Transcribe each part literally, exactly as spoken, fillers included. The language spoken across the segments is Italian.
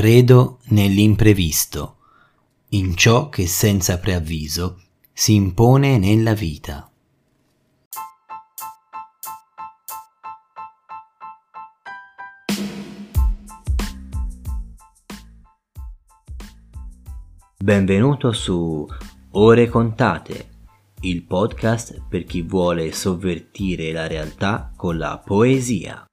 Credo nell'imprevisto, in ciò che senza preavviso si impone nella vita. Benvenuto su Ore Contate, il podcast per chi vuole sovvertire la realtà con la poesia.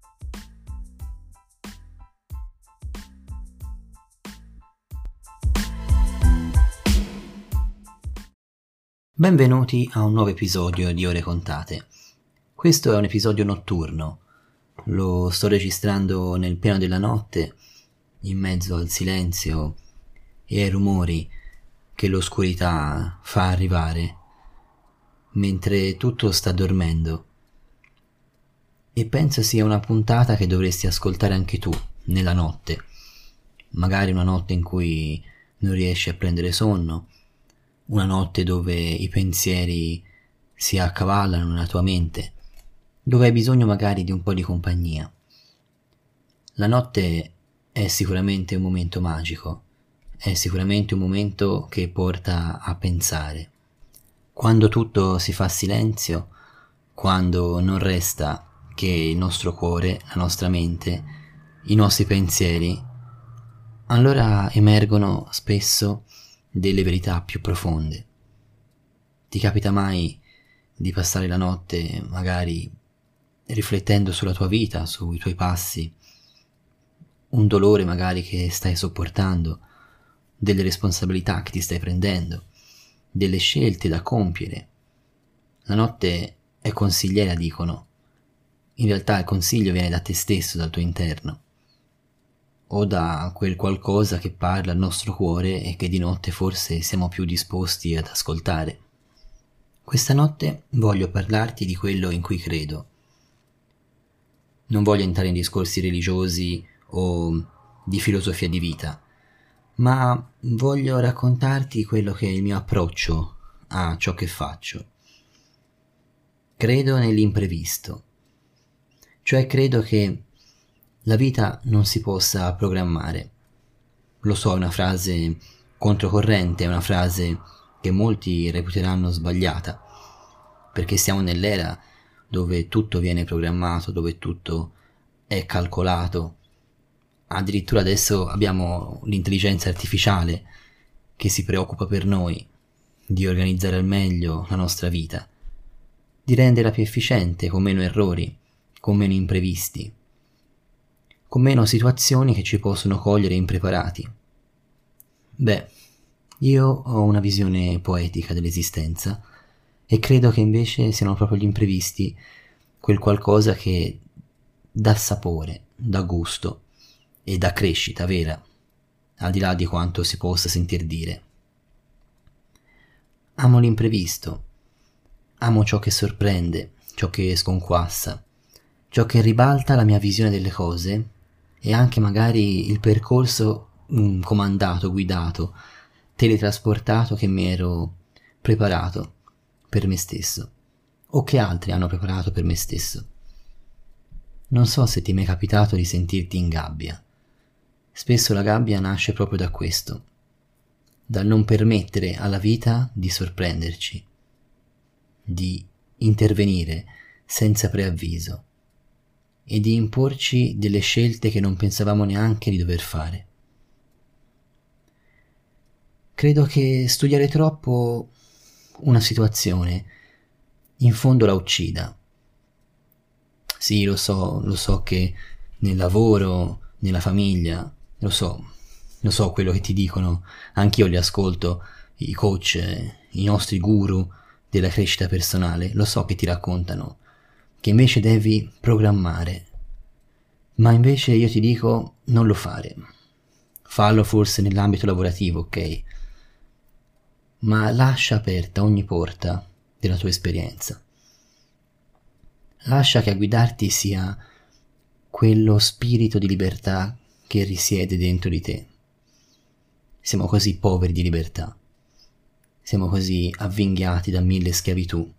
Benvenuti a un nuovo episodio di Ore Contate. Questo è un episodio notturno. Lo sto registrando nel pieno della notte, in mezzo al silenzio e ai rumori che l'oscurità fa arrivare, mentre tutto sta dormendo. E penso sia una puntata che dovresti ascoltare anche tu, nella notte. Magari una notte in cui non riesci a prendere sonno, una notte dove i pensieri si accavallano nella tua mente, dove hai bisogno magari di un po' di compagnia. La notte è sicuramente un momento magico, è sicuramente un momento che porta a pensare. Quando tutto si fa silenzio, quando non resta che il nostro cuore, la nostra mente, i nostri pensieri, allora emergono spesso delle verità più profonde. Ti capita mai di passare la notte magari riflettendo sulla tua vita, sui tuoi passi, un dolore magari che stai sopportando, delle responsabilità che ti stai prendendo, delle scelte da compiere? La notte è consigliera, dicono. In realtà il consiglio viene da te stesso, dal tuo interno, o da quel qualcosa che parla al nostro cuore e che di notte forse siamo più disposti ad ascoltare. Questa notte voglio parlarti di quello in cui credo. Non voglio entrare in discorsi religiosi o di filosofia di vita, ma voglio raccontarti quello che è il mio approccio a ciò che faccio. Credo nell'imprevisto, cioè credo che la vita non si possa programmare. Lo so, è una frase controcorrente, è una frase che molti reputeranno sbagliata, perché siamo nell'era dove tutto viene programmato, dove tutto è calcolato. Addirittura adesso abbiamo l'intelligenza artificiale che si preoccupa per noi di organizzare al meglio la nostra vita, di renderla più efficiente, con meno errori, con meno imprevisti, con meno situazioni che ci possono cogliere impreparati. Beh, io ho una visione poetica dell'esistenza e credo che invece siano proprio gli imprevisti quel qualcosa che dà sapore, dà gusto e dà crescita vera, al di là di quanto si possa sentir dire. Amo l'imprevisto, amo ciò che sorprende, ciò che sconquassa, ciò che ribalta la mia visione delle cose e anche magari il percorso mm, comandato, guidato, teletrasportato che mi ero preparato per me stesso o che altri hanno preparato per me stesso. Non so se ti è mai capitato di sentirti in gabbia. Spesso la gabbia nasce proprio da questo, dal non permettere alla vita di sorprenderci, di intervenire senza preavviso e di imporci delle scelte che non pensavamo neanche di dover fare. Credo che studiare troppo una situazione in fondo la uccida. Sì, lo so, lo so che nel lavoro, nella famiglia, lo so, lo so quello che ti dicono, anch'io li ascolto, i coach, i nostri guru della crescita personale, lo so che ti raccontano che invece devi programmare, ma invece io ti dico non lo fare. Fallo forse nell'ambito lavorativo, ok? Ma lascia aperta ogni porta della tua esperienza. Lascia che a guidarti sia quello spirito di libertà che risiede dentro di te. Siamo così poveri di libertà, siamo così avvinghiati da mille schiavitù.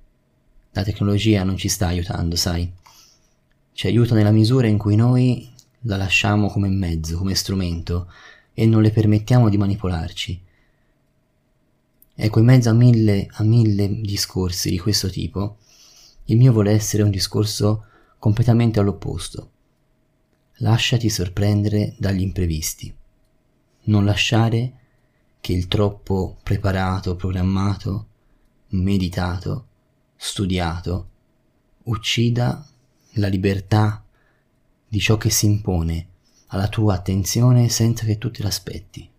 La tecnologia non ci sta aiutando, sai? Ci aiuta nella misura in cui noi la lasciamo come mezzo, come strumento e non le permettiamo di manipolarci. Ecco, in mezzo a mille, a mille discorsi di questo tipo, il mio vuole essere un discorso completamente all'opposto. Lasciati sorprendere dagli imprevisti. Non lasciare che il troppo preparato, programmato, meditato, studiato, uccida la libertà di ciò che si impone alla tua attenzione senza che tu te l'aspetti.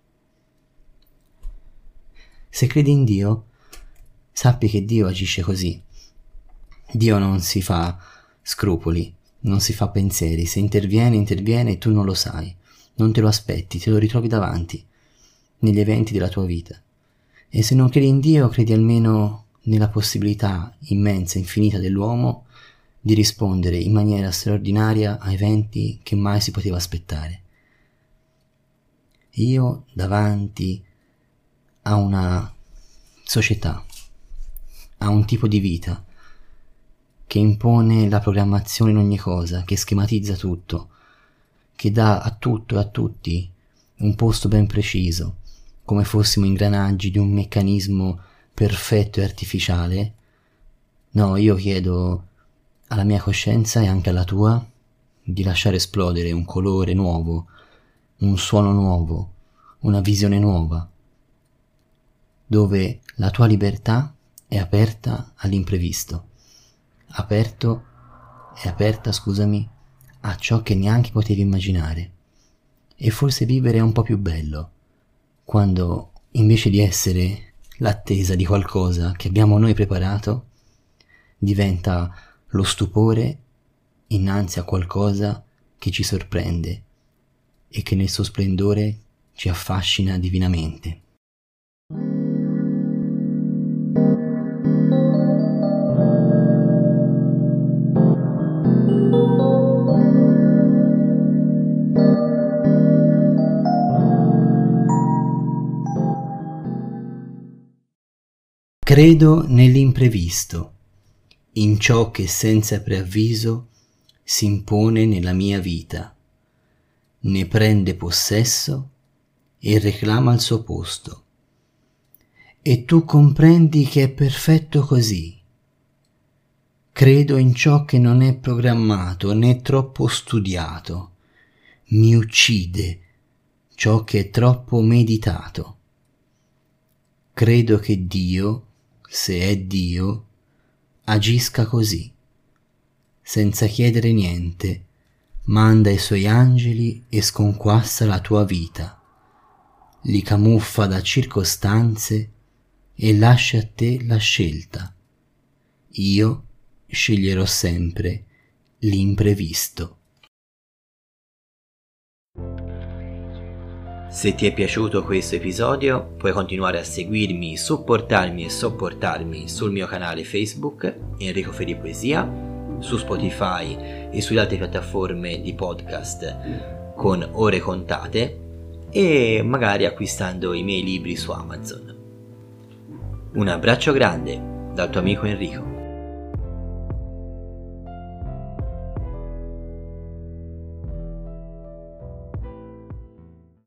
Se credi in Dio, sappi che Dio agisce così. Dio non si fa scrupoli, non si fa pensieri. Se interviene, interviene e tu non lo sai, non te lo aspetti, te lo ritrovi davanti, negli eventi della tua vita. E se non credi in Dio, credi almeno nella possibilità immensa, infinita dell'uomo di rispondere in maniera straordinaria a eventi che mai si poteva aspettare. Io davanti a una società, a un tipo di vita che impone la programmazione in ogni cosa, che schematizza tutto, che dà a tutto e a tutti un posto ben preciso, come fossimo ingranaggi di un meccanismo perfetto e artificiale. No, io chiedo alla mia coscienza e anche alla tua di lasciare esplodere un colore nuovo, un suono nuovo, una visione nuova, dove la tua libertà è aperta all'imprevisto, aperto è aperta, scusami, a ciò che neanche potevi immaginare. E forse vivere è un po' più bello, quando invece di essere l'attesa di qualcosa che abbiamo noi preparato, diventa lo stupore innanzi a qualcosa che ci sorprende e che nel suo splendore ci affascina divinamente. Credo nell'imprevisto, in ciò che senza preavviso si impone nella mia vita, ne prende possesso e reclama il suo posto. E tu comprendi che è perfetto così. Credo in ciò che non è programmato né troppo studiato, mi uccide ciò che è troppo meditato. Credo che Dio, se è Dio, agisca così, senza chiedere niente, manda i suoi angeli e sconquassa la tua vita, li camuffa da circostanze e lascia a te la scelta. Io sceglierò sempre l'imprevisto. Se ti è piaciuto questo episodio, puoi continuare a seguirmi, supportarmi e sopportarmi sul mio canale Facebook Enrico Ferri Poesia, su Spotify e sulle altre piattaforme di podcast con ore contate e magari acquistando i miei libri su Amazon. Un abbraccio grande dal tuo amico Enrico.